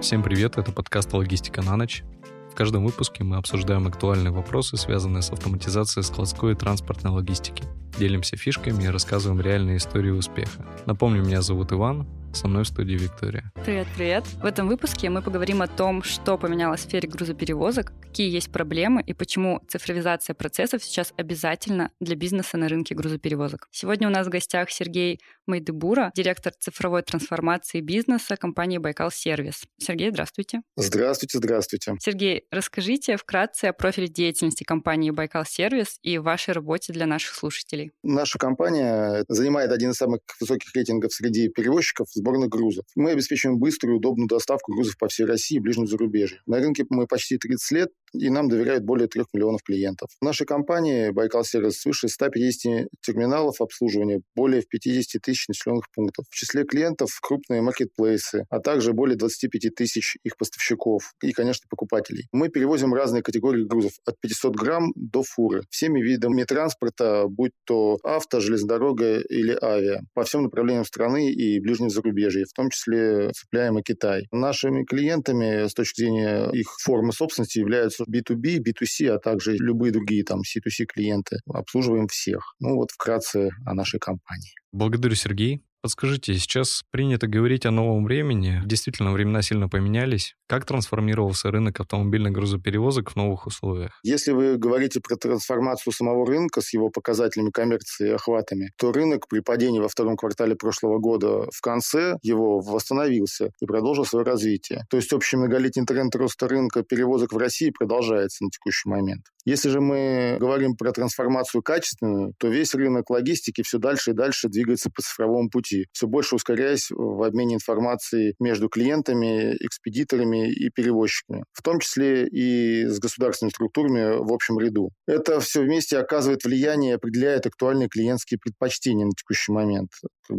Всем привет, это подкаст «Логистика на ночь». В каждом выпуске мы обсуждаем актуальные вопросы, связанные с автоматизацией складской и транспортной логистики. Делимся фишками и рассказываем реальные истории успеха. Напомню, меня зовут Иван, со мной в студии Виктория. Привет. В этом выпуске мы поговорим о том, что поменялось в сфере грузоперевозок, какие есть проблемы и почему цифровизация процессов сейчас обязательна для бизнеса на рынке грузоперевозок. Сегодня у нас в гостях Сергей Майдыбура, директор цифровой трансформации бизнеса компании Байкал Сервис. Сергей, здравствуйте. Здравствуйте. Сергей, расскажите вкратце о профиле деятельности компании Байкал Сервис и вашей работе для наших слушателей. Наша компания занимает один из самых высоких рейтингов среди перевозчиков сборных грузов. Мы обеспечиваем быструю и удобную доставку грузов по всей России и ближнем зарубежье. На рынке мы почти 30 лет, и нам доверяют более 3 миллионов клиентов. В нашей компании Байкал Сервис свыше 150 терминалов обслуживания, более 50 тысяч населенных пунктов. В числе клиентов крупные маркетплейсы, а также более 25 тысяч их поставщиков и, конечно, покупателей. Мы перевозим разные категории грузов от 500 грамм до фуры, всеми видами транспорта, будь то авто, железнодорога или авиа, по всем направлениям страны и ближнем зарубежье, в том числе цепляем и Китай. Нашими клиентами с точки зрения их формы собственности являются B2B, B2C, а также любые другие там C2C клиенты. Обслуживаем всех. Вот вкратце о нашей компании. Благодарю, Сергей. Подскажите, сейчас принято говорить о новом времени. Действительно, времена сильно поменялись. Как трансформировался рынок автомобильных грузоперевозок в новых условиях? Если вы говорите про трансформацию самого рынка с его показателями коммерции и охватами, то рынок при падении во втором квартале прошлого года в конце его восстановился и продолжил свое развитие. То есть общий многолетний тренд роста рынка перевозок в России продолжается на текущий момент. Если же мы говорим про трансформацию качественную, то весь рынок логистики все дальше и дальше двигается по цифровому пути, все больше ускоряясь в обмене информацией между клиентами, экспедиторами и перевозчиками, в том числе и с государственными структурами в общем ряду. Это все вместе оказывает влияние и определяет актуальные клиентские предпочтения на текущий момент.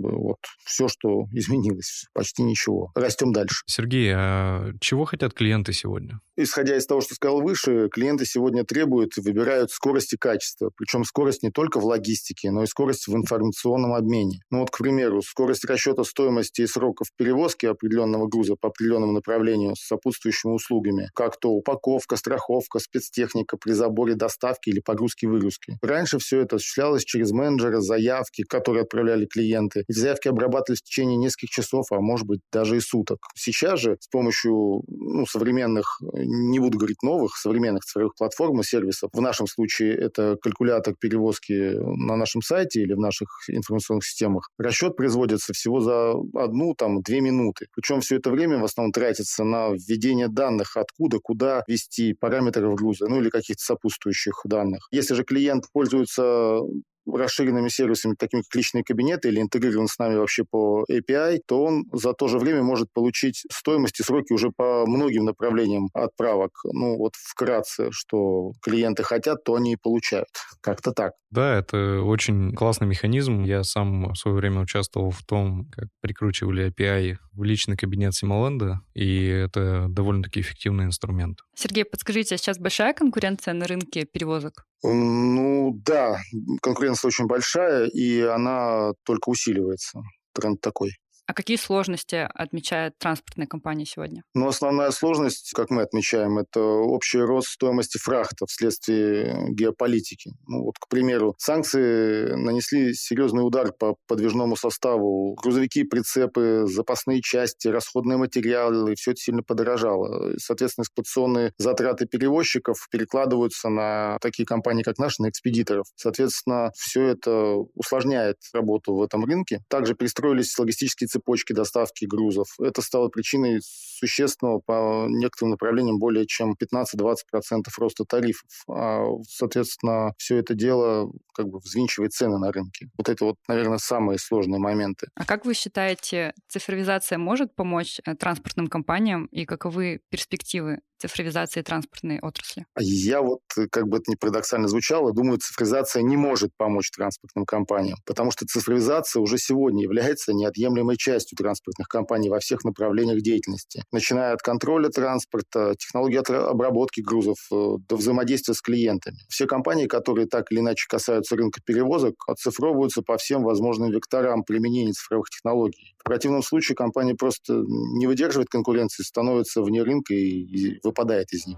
Все, что изменилось, почти ничего. Растем дальше. Сергей, а чего хотят клиенты сегодня? Исходя из того, что сказал выше, клиенты сегодня требуют и выбирают скорость и качество. Причем скорость не только в логистике, но и скорость в информационном обмене. К примеру, скорость расчета стоимости и сроков перевозки определенного груза по определенному направлению с сопутствующими услугами, как то упаковка, страховка, спецтехника при заборе доставки или погрузки-выгрузки. Раньше все это осуществлялось через менеджера, заявки, которые отправляли клиенты. Эти заявки обрабатывались в течение нескольких часов, а может быть даже и суток. Сейчас же с помощью современных, не буду говорить новых, современных цифровых платформ и сервисов, в нашем случае это калькулятор перевозки на нашем сайте или в наших информационных системах, расчет производится всего за 1-2 минуты. Причем все это время в основном тратится на введение данных, откуда, куда ввести, параметров груза, или каких-то сопутствующих данных. Если же клиент пользуется расширенными сервисами, такими как личные кабинеты или интегрирован с нами вообще по API, то он за то же время может получить стоимость и сроки уже по многим направлениям отправок. Вкратце, что клиенты хотят, то они и получают. Как-то так. Да, это очень классный механизм. Я сам в свое время участвовал в том, как прикручивали API в личный кабинет Симоленда, и это довольно-таки эффективный инструмент. Сергей, подскажите, а сейчас большая конкуренция на рынке перевозок? Да, конкуренция очень большая, и она только усиливается. Тренд такой. А какие сложности отмечает транспортная компания сегодня? Основная сложность, как мы отмечаем, это общий рост стоимости фрахта вследствие геополитики. К примеру, санкции нанесли серьезный удар по подвижному составу. Грузовики, прицепы, запасные части, расходные материалы, все это сильно подорожало. Соответственно, эксплуатационные затраты перевозчиков перекладываются на такие компании, как наши, на экспедиторов. Соответственно, все это усложняет работу в этом рынке. Также перестроились логистические цепочки доставки грузов. Это стало причиной существенного по некоторым направлениям более чем 15-20% роста тарифов. Соответственно, все это дело взвинчивает цены на рынке. Это наверное, самые сложные моменты. А как вы считаете, цифровизация может помочь транспортным компаниям и каковы перспективы цифровизации транспортной отрасли? Я как бы это ни парадоксально звучало, думаю, цифровизация не может помочь транспортным компаниям, потому что цифровизация уже сегодня является неотъемлемой частью транспортных компаний во всех направлениях деятельности, начиная от контроля транспорта, технологии обработки грузов до взаимодействия с клиентами. Все компании, которые так или иначе касаются рынка перевозок, оцифровываются по всем возможным векторам применения цифровых технологий. В противном случае компания просто не выдерживает конкуренции, становится вне рынка и выпадает из них.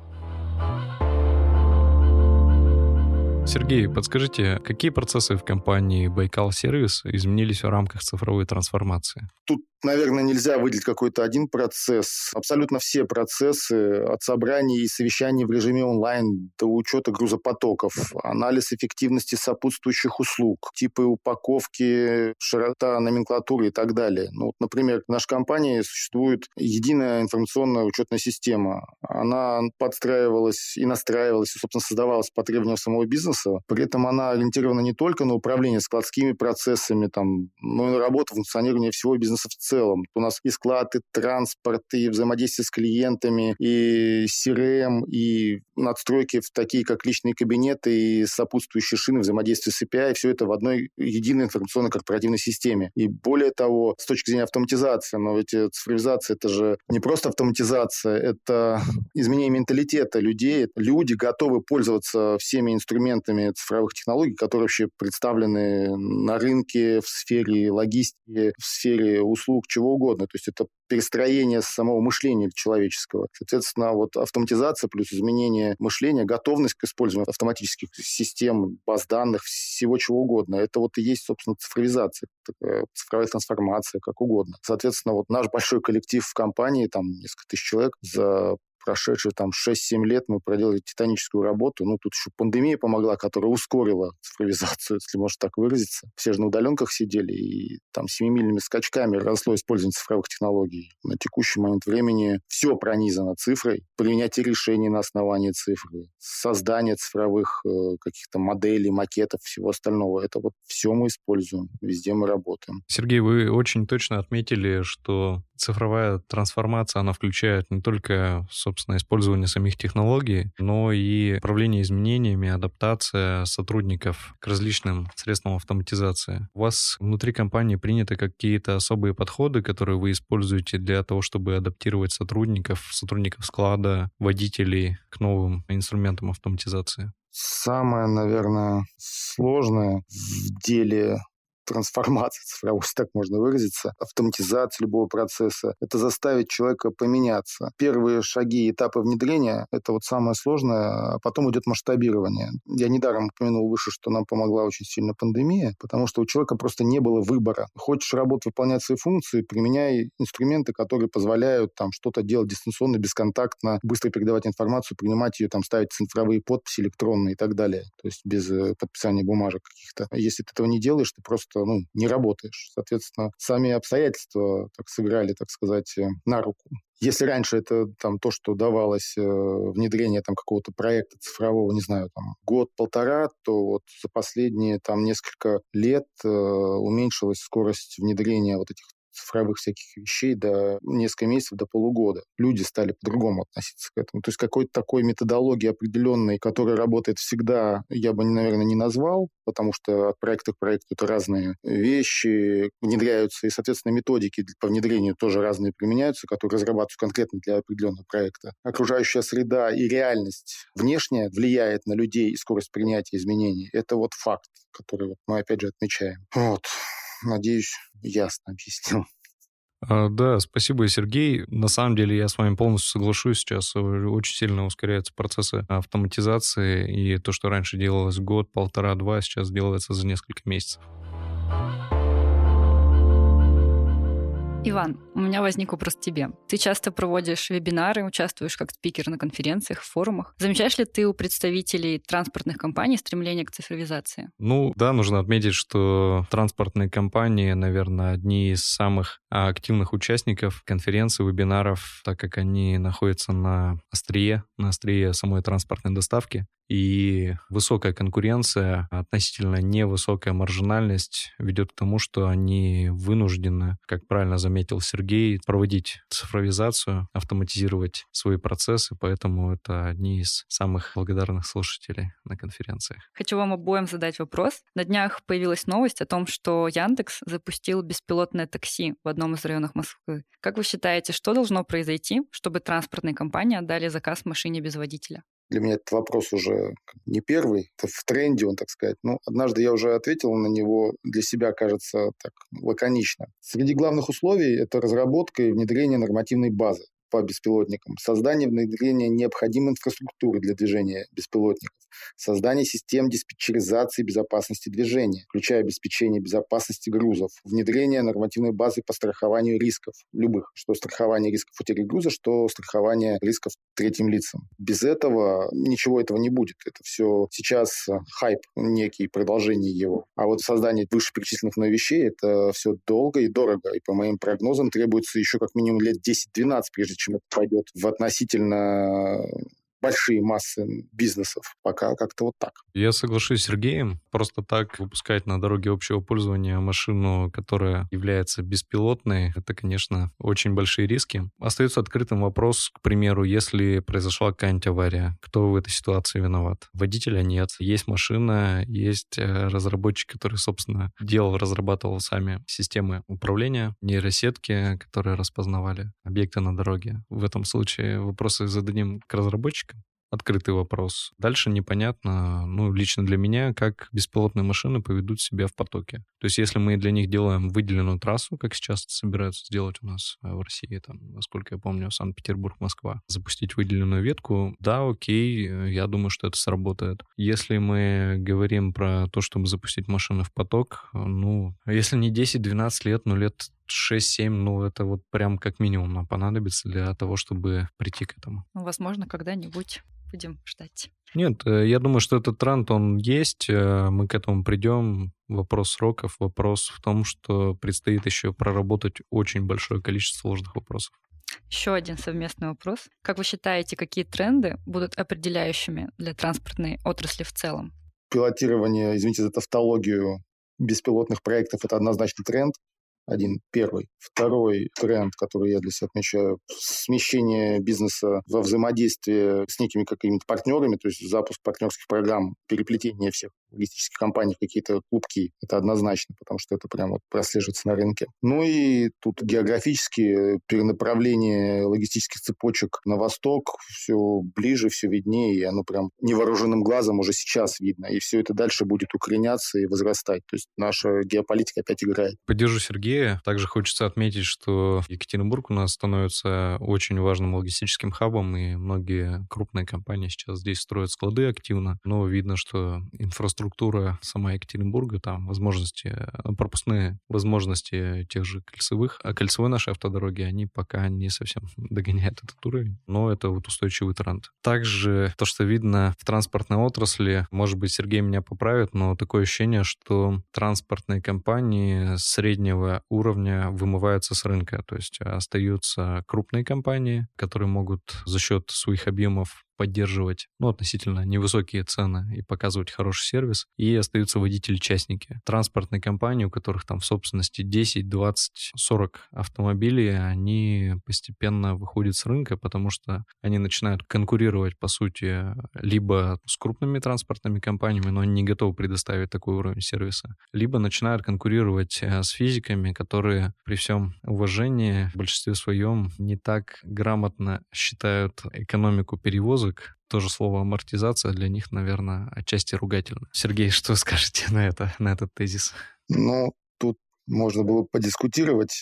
Сергей, подскажите, какие процессы в компании Байкал Сервис изменились в рамках цифровой трансформации? Тут, наверное, нельзя выделить какой-то один процесс. Абсолютно все процессы от собраний и совещаний в режиме онлайн до учета грузопотоков, анализ эффективности сопутствующих услуг, типы упаковки, широта номенклатуры и так далее. Например, в нашей компании существует единая информационная учетная система. Она подстраивалась и настраивалась, и, собственно, создавалась по требованиям самого бизнеса. При этом она ориентирована не только на управление складскими процессами, но и на работу, функционирование всего бизнеса в целом. У нас и склад, и транспорт, и взаимодействие с клиентами, и CRM, и надстройки в такие, как личные кабинеты, и сопутствующие шины, взаимодействие с API, все это в одной единой информационной корпоративной системе. И более того, с точки зрения автоматизации, но ведь цифровизация — это же не просто автоматизация, это изменение менталитета людей. Люди готовы пользоваться всеми инструментами цифровых технологий, которые вообще представлены на рынке, в сфере логистики, в сфере услуг, чего угодно. То есть это перестроение самого мышления человеческого. Соответственно, автоматизация плюс изменение мышления, готовность к использованию автоматических систем, баз данных, всего чего угодно. Это и есть, собственно, цифровизация, цифровая трансформация, как угодно. Соответственно, наш большой коллектив в компании, несколько тысяч человек, за прошедшие 6-7 лет мы проделали титаническую работу. Тут еще пандемия помогла, которая ускорила цифровизацию, если можно так выразиться. Все же на удаленках сидели, и семимильными скачками росло использование цифровых технологий. На текущий момент времени все пронизано цифрой, принятие решений на основании цифры, создание цифровых каких-то моделей, макетов, всего остального. Это все мы используем, везде мы работаем. Сергей, вы очень точно отметили, что цифровая трансформация, она включает не только, собственно, использование самих технологий, но и управление изменениями, адаптация сотрудников к различным средствам автоматизации. У вас внутри компании приняты какие-то особые подходы, которые вы используете для того, чтобы адаптировать сотрудников склада, водителей к новым инструментам автоматизации? Самое, наверное, сложное в деле трансформация цифровой, если так можно выразиться, автоматизация любого процесса, это заставить человека поменяться. Первые шаги, этапы внедрения — это самое сложное, а потом идет масштабирование. Я недаром упомянул выше, что нам помогла очень сильно пандемия, потому что у человека просто не было выбора. Хочешь работать, выполнять свои функции, применяй инструменты, которые позволяют что-то делать дистанционно, бесконтактно, быстро передавать информацию, принимать ее, ставить цифровые подписи электронные и так далее. То есть без подписания бумажек каких-то. Если ты этого не делаешь, ты просто не работаешь. Соответственно, сами обстоятельства сыграли, так сказать, на руку. Если раньше это то, что давалось внедрение какого-то проекта цифрового, не знаю, год-полтора, то за последние несколько лет уменьшилась скорость внедрения этих цифровых всяких вещей до несколько месяцев, до полугода. Люди стали по-другому относиться к этому. То есть какой-то такой методологии определенной, которая работает всегда, я бы, наверное, не назвал, потому что от проекта к проекту это разные вещи внедряются, и, соответственно, методики по внедрению тоже разные применяются, которые разрабатываются конкретно для определенного проекта. Окружающая среда и реальность внешняя влияет на людей и скорость принятия изменений. Это факт, который мы, опять же, отмечаем. Надеюсь, ясно объяснил. Да, спасибо, Сергей. На самом деле я с вами полностью соглашусь. Сейчас очень сильно ускоряются процессы автоматизации, и то, что раньше делалось год, полтора, два, сейчас делается за несколько месяцев. Иван, у меня возник вопрос к тебе. Ты часто проводишь вебинары, участвуешь как спикер на конференциях, форумах. Замечаешь ли ты у представителей транспортных компаний стремление к цифровизации? Да, нужно отметить, что транспортные компании, наверное, одни из самых активных участников конференций, вебинаров, так как они находятся на острие самой транспортной доставки. И высокая конкуренция, относительно невысокая маржинальность ведет к тому, что они вынуждены, как правильно заметили заметил Сергей, проводить цифровизацию, автоматизировать свои процессы, поэтому это одни из самых благодарных слушателей на конференциях. Хочу вам обоим задать вопрос. На днях появилась новость о том, что Яндекс запустил беспилотное такси в одном из районов Москвы. Как вы считаете, что должно произойти, чтобы транспортные компании отдали заказ машине без водителя? Для меня этот вопрос уже не первый, это в тренде он, так сказать. Но однажды я уже ответил на него, для себя кажется так лаконично. Среди главных условий это разработка и внедрение нормативной базы по беспилотникам, создание и внедрение необходимой инфраструктуры для движения беспилотников, создание систем диспетчеризации безопасности движения, включая обеспечение безопасности грузов, внедрение нормативной базы по страхованию рисков, любых, что страхование рисков утери груза, что страхование рисков третьим лицам. Без этого ничего этого не будет. Это все сейчас хайп, некий продолжение его. А вот создание вышеперечисленных вещей, это все долго и дорого. И по моим прогнозам требуется еще как минимум лет 10-12, прежде чем это пойдет в относительно большие массы бизнесов. Пока как-то вот так. Я соглашусь с Сергеем. Просто так выпускать на дороге общего пользования машину, которая является беспилотной, это, конечно, очень большие риски. Остается открытым вопрос, к примеру, если произошла какая-нибудь авария, кто в этой ситуации виноват? Водителя нет. Есть машина, есть разработчик, который, собственно, разрабатывал сами системы управления, нейросетки, которые распознавали объекты на дороге. В этом случае вопросы зададим к разработчикам. Открытый вопрос. Дальше непонятно, лично для меня, как беспилотные машины поведут себя в потоке. То есть если мы для них делаем выделенную трассу, как сейчас собираются сделать у нас в России, там, насколько я помню, Санкт-Петербург, Москва, запустить выделенную ветку, да, окей, я думаю, что это сработает. Если мы говорим про то, чтобы запустить машины в поток, если не 10-12 лет, лет 6-7, это вот прям как минимум нам понадобится для того, чтобы прийти к этому. Возможно, когда-нибудь будем ждать. Нет, я думаю, что этот тренд, он есть, мы к этому придем. Вопрос сроков, вопрос в том, что предстоит еще проработать очень большое количество сложных вопросов. Еще один совместный вопрос. Как вы считаете, какие тренды будут определяющими для транспортной отрасли в целом? Пилотирование, извините за тавтологию, беспилотных проектов – это однозначно тренд. Первый. Второй тренд, который я для себя отмечаю, смещение бизнеса во взаимодействие с некими какими-то партнерами, то есть запуск партнерских программ, переплетение всех логистических компаний в какие-то клубки. Это однозначно, потому что это прямо прослеживается на рынке. И тут географически перенаправление логистических цепочек на восток все ближе, все виднее, и оно прям невооруженным глазом уже сейчас видно. И все это дальше будет укореняться и возрастать. То есть наша геополитика опять играет. Поддержу Сергея. Также хочется отметить, что Екатеринбург у нас становится очень важным логистическим хабом, и многие крупные компании сейчас здесь строят склады активно. Но видно, что инфраструктура сама Екатеринбурга, там пропускные возможности тех же кольцевых, а кольцевой нашей автодороги, они пока не совсем догоняют этот уровень. Но это вот устойчивый тренд. Также то, что видно в транспортной отрасли, может быть, Сергей меня поправит, но такое ощущение, что транспортные компании среднего уровня вымываются с рынка. То есть остаются крупные компании, которые могут за счет своих объемов поддерживать относительно невысокие цены и показывать хороший сервис. И остаются водители-частники. Транспортные компании, у которых там в собственности 10, 20, 40 автомобилей, они постепенно выходят с рынка, потому что они начинают конкурировать, по сути, либо с крупными транспортными компаниями, но они не готовы предоставить такой уровень сервиса, либо начинают конкурировать с физиками, которые при всем уважении в большинстве своем не так грамотно считают экономику перевозок. Тоже слово амортизация для них, наверное, отчасти ругательно. Сергей, что скажете на этот тезис? Тут можно было подискутировать.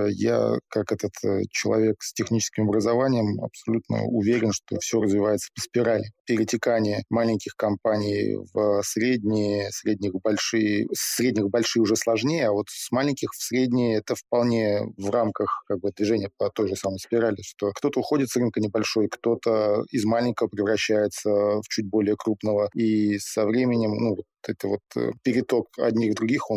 Я, как человек с техническим образованием, абсолютно уверен, что все развивается по спирали. Перетекание маленьких компаний в средние, средних большие уже сложнее, а вот с маленьких в средние это вполне в рамках движения по той же самой спирали, что кто-то уходит с рынка небольшой, кто-то из маленького превращается в чуть более крупного, и со временем, переток одних в других, он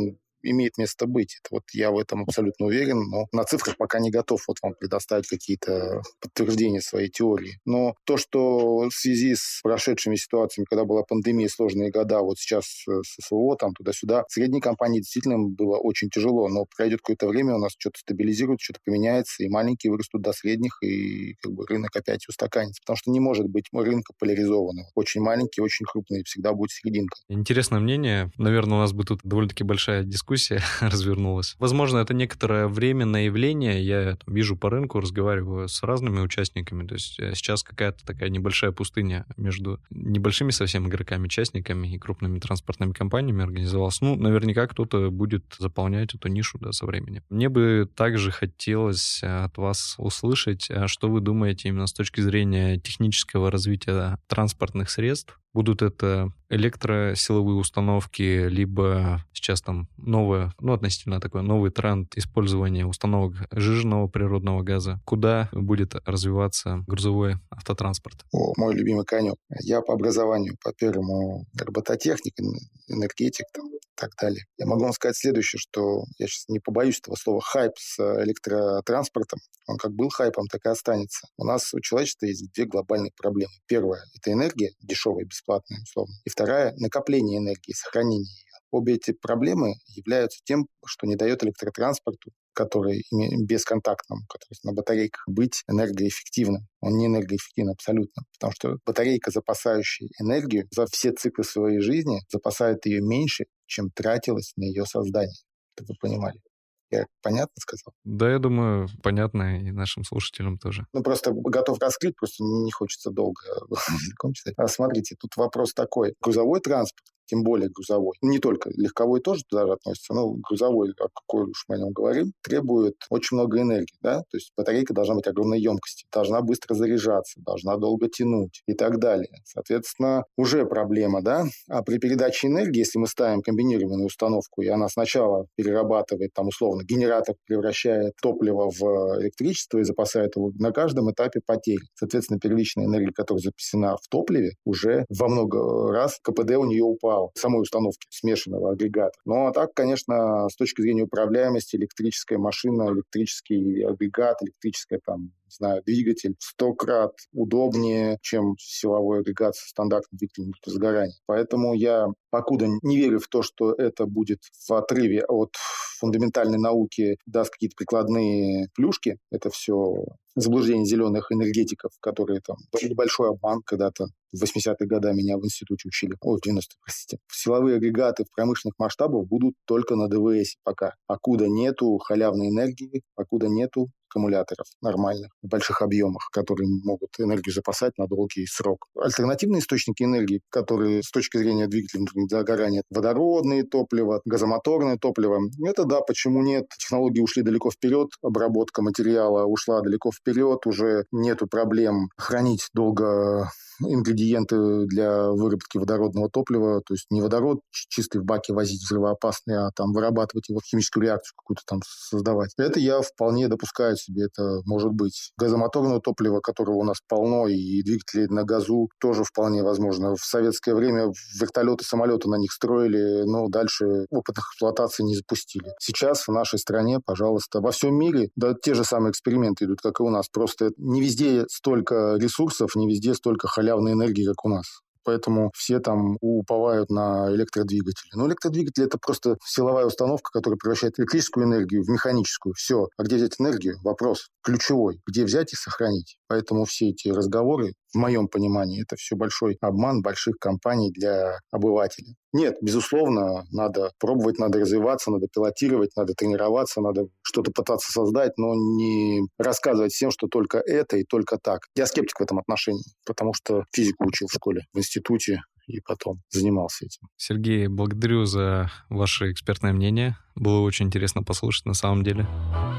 имеет место быть. Это вот я в этом абсолютно уверен, но на цифрах пока не готов вот вам предоставить какие-то подтверждения своей теории. Но то, что в связи с прошедшими ситуациями, когда была пандемия, сложные года, вот сейчас с СВО, там туда-сюда, средней компании действительно было очень тяжело, но пройдет какое-то время, у нас что-то стабилизируется, что-то поменяется, и маленькие вырастут до средних, и как бы рынок опять устаканится. Потому что не может быть рынка поляризованного. Очень маленький, очень крупный, всегда будет серединка. Интересное мнение. Наверное, у нас бы тут довольно-таки большая дискуссия развернулась. Возможно, это некоторое временное явление. Я вижу по рынку, разговариваю с разными участниками. То есть сейчас какая-то такая небольшая пустыня между небольшими совсем игроками, частниками и крупными транспортными компаниями организовалась. Ну, наверняка кто-то будет заполнять эту нишу, да, со временем. Мне бы также хотелось от вас услышать, что вы думаете именно с точки зрения технического развития транспортных средств. Будут это электросиловые установки, либо сейчас там относительно такой новый тренд использования установок сжиженного природного газа. Куда будет развиваться грузовой автотранспорт? Мой любимый конек. Я по образованию, по первому робототехник, энергетик там, и так далее. Я могу вам сказать следующее, что я сейчас не побоюсь этого слова, хайп с электротранспортом, он как был хайпом, так и останется. У нас у человечества есть две глобальные проблемы. Первая – это энергия, дешевая, бесплатная, условно. И вторая – накопление энергии, сохранение ее. Обе эти проблемы являются тем, что не дает электротранспорту, который бесконтактным, который на батарейках, быть энергоэффективным. Он не энергоэффективен абсолютно, потому что батарейка, запасающая энергию за все циклы своей жизни, запасает ее меньше, чем тратилось на ее создание. Чтобы вы понимали. Я понятно сказал? Да, я думаю, понятно и нашим слушателям тоже. Просто готов раскрыть, просто не хочется долго языком читать. Смотрите, тут вопрос такой. Грузовой транспорт, тем более грузовой, не только легковой тоже туда же относится, но грузовой, о какой уж мы о нем говорим, требует очень много энергии, да, то есть батарейка должна быть огромной емкости, должна быстро заряжаться, должна долго тянуть и так далее. Соответственно, уже проблема, да, а при передаче энергии, если мы ставим комбинированную установку, и она сначала перерабатывает, там, условно, генератор превращает топливо в электричество и запасает его на каждом этапе потери. Соответственно, первичная энергия, которая запасена в топливе, уже во много раз КПД у нее упало. Самой установки смешанного агрегата. Ну, а так, конечно, с точки зрения управляемости, электрическая машина, электрический агрегат, электрическая, там, не знаю, двигатель 100 крат удобнее, чем силовой агрегат со стандартным двигателем сгорания. Поэтому я покуда не верю в то, что это будет в отрыве от фундаментальной науки, даст какие-то прикладные плюшки. Это все заблуждение зеленых энергетиков, которые там... Большой обман когда-то в 80-е годы меня в институте учили. В 90-е, простите. Силовые агрегаты в промышленных масштабах будут только на ДВС пока. Покуда нету халявной энергии, покуда нету аккумуляторов нормальных, в больших объемах, которые могут энергию запасать на долгий срок. Альтернативные источники энергии, которые с точки зрения двигателя внутреннего загорания, водородные топлива, газомоторное топливо, это да, почему нет? Технологии ушли далеко вперед, обработка материала ушла далеко вперед, уже нету проблем хранить долго ингредиенты для выработки водородного топлива, то есть не водород чистый в баке возить взрывоопасный, а там вырабатывать его в химическую реакцию какую-то там создавать. Это я вполне допускаю себе, это может быть. Газомоторного топлива, которого у нас полно, и двигатели на газу тоже вполне возможно. В советское время вертолеты, самолеты на них строили, но дальше опытных эксплуатаций не запустили. Сейчас в нашей стране, пожалуйста, во всем мире, да, те же самые эксперименты идут, как и у нас. Просто не везде столько ресурсов, не везде столько халявной энергии, как у нас. Поэтому все там уповают на электродвигатели. Но электродвигатель – это просто силовая установка, которая превращает электрическую энергию в механическую. Все. А где взять энергию? Вопрос ключевой. Где взять и сохранить? Поэтому все эти разговоры, в моем понимании, это все большой обман больших компаний для обывателя. Нет, безусловно, надо пробовать, надо развиваться, надо пилотировать, надо тренироваться, надо что-то пытаться создать, но не рассказывать всем, что только это и только так. Я скептик в этом отношении, потому что физику учил в школе, в институте и потом занимался этим. Сергей, благодарю за ваше экспертное мнение. Было очень интересно послушать на самом деле.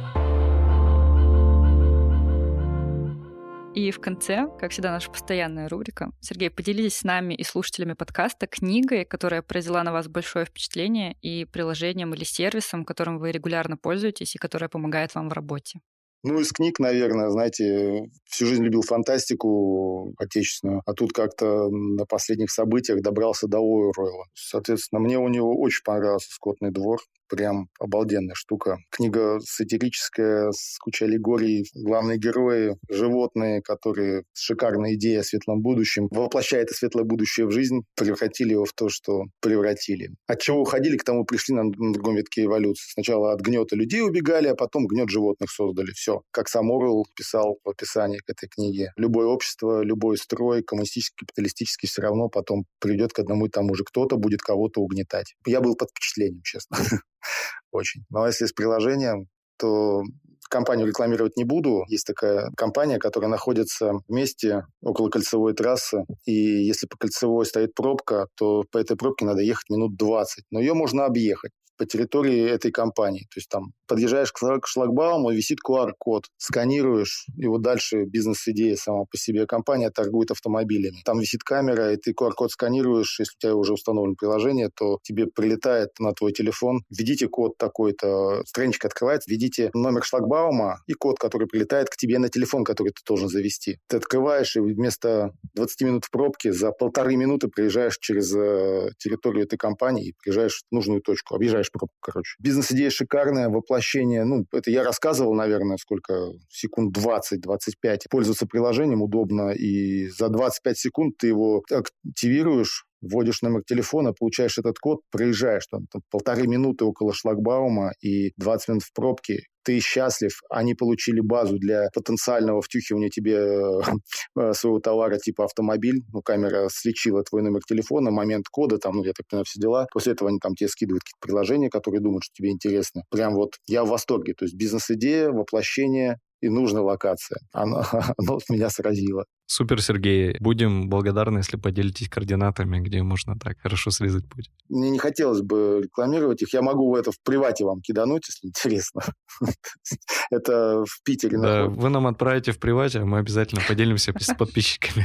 И в конце, как всегда, наша постоянная рубрика. Сергей, поделитесь с нами и слушателями подкаста книгой, которая произвела на вас большое впечатление, и приложением или сервисом, которым вы регулярно пользуетесь и которое помогает вам в работе. Ну, из книг, наверное, знаете, всю жизнь любил фантастику отечественную, а тут как-то на последних событиях добрался до Оруэлла. Соответственно, мне у него очень понравился «Скотный двор». Прям обалденная штука. Книга сатирическая, с кучей аллегорий. Главные герои – животные, которые с шикарной идеей о светлом будущем, воплощая это светлое будущее в жизнь, превратили его в то, что превратили. От чего уходили, к тому пришли на другом витке эволюции. Сначала от гнета людей убегали, а потом гнет животных создали. Все. Как сам Оруэлл писал в описании к этой книге. Любое общество, любой строй, коммунистический, капиталистический, все равно потом приведет к одному и тому же. Кто-то будет кого-то угнетать. Я был под впечатлением, честно. Очень. Но если с приложением, то компанию рекламировать не буду. Есть такая компания, которая находится в месте около кольцевой трассы. И если по кольцевой стоит пробка, то по этой пробке надо ехать минут 20. Но ее можно объехать по территории этой компании. То есть там подъезжаешь к шлагбауму, висит QR-код, сканируешь, и вот дальше бизнес-идея сама по себе. Компания торгует автомобилями. Там висит камера, и ты QR-код сканируешь. Если у тебя уже установлено приложение, то тебе прилетает на твой телефон. Введите код такой-то, страничка открывается, введите номер шлагбаума и код, который прилетает к тебе на телефон, который ты должен завести. Ты открываешь, и вместо 20 минут в пробке за 1,5 минуты проезжаешь через территорию этой компании и приезжаешь в нужную точку, объезжаешь пробку, короче. Бизнес-идея шикарная, воплощение. Ну, это я рассказывал, наверное, сколько секунд 20-25. Пользоваться приложением удобно, и за 25 секунд ты его активируешь, вводишь номер телефона, получаешь этот код, проезжаешь там 1,5 минуты около шлагбаума и 20 минут в пробке. Ты счастлив, они получили базу для потенциального втюхивания тебе своего товара типа автомобиль. Ну, камера сличила твой номер телефона, момент кода, там, ну, я так понимаю, все дела. После этого они там тебе скидывают какие-то приложения, которые думают, что тебе интересны. Прям вот я в восторге. То есть бизнес-идея, воплощение и нужная локация. Оно меня сразило. Супер, Сергей. Будем благодарны, если поделитесь координатами, где можно так хорошо срезать путь. Мне не хотелось бы рекламировать их. Я могу это в привате вам кидануть, если интересно. Это в Питере. Да, вы нам отправите в привате, а мы обязательно поделимся с подписчиками.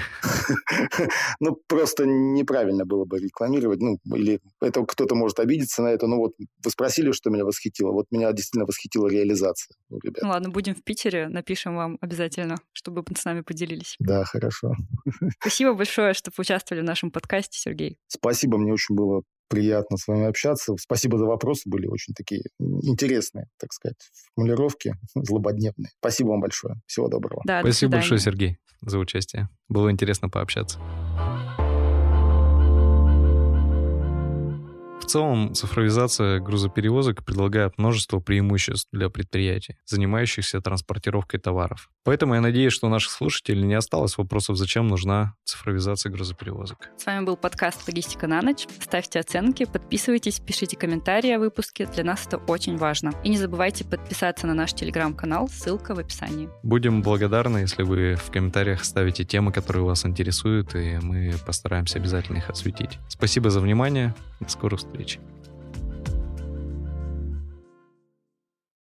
Ну, просто неправильно было бы рекламировать. Ну, или это кто-то может обидеться на это. Ну, вот вы спросили, что меня восхитило. Вот меня действительно восхитила реализация. Ну, ладно, будем в Питере, напишем вам обязательно, чтобы вы с нами поделились. Да, хорошо. Спасибо большое, что поучаствовали в нашем подкасте, Сергей. Спасибо, мне очень было приятно с вами общаться. Спасибо за вопросы, были очень такие интересные, так сказать, формулировки, злободневные. Спасибо вам большое. Всего доброго. Да, спасибо большое, Сергей, за участие. Было интересно пообщаться. В целом, цифровизация грузоперевозок предлагает множество преимуществ для предприятий, занимающихся транспортировкой товаров. Поэтому я надеюсь, что у наших слушателей не осталось вопросов, зачем нужна цифровизация грузоперевозок. С вами был подкаст «Логистика на ночь». Ставьте оценки, подписывайтесь, пишите комментарии о выпуске. Для нас это очень важно. И не забывайте подписаться на наш телеграм-канал, ссылка в описании. Будем благодарны, если вы в комментариях ставите темы, которые вас интересуют, и мы постараемся обязательно их осветить. Спасибо за внимание. До скорых встреч.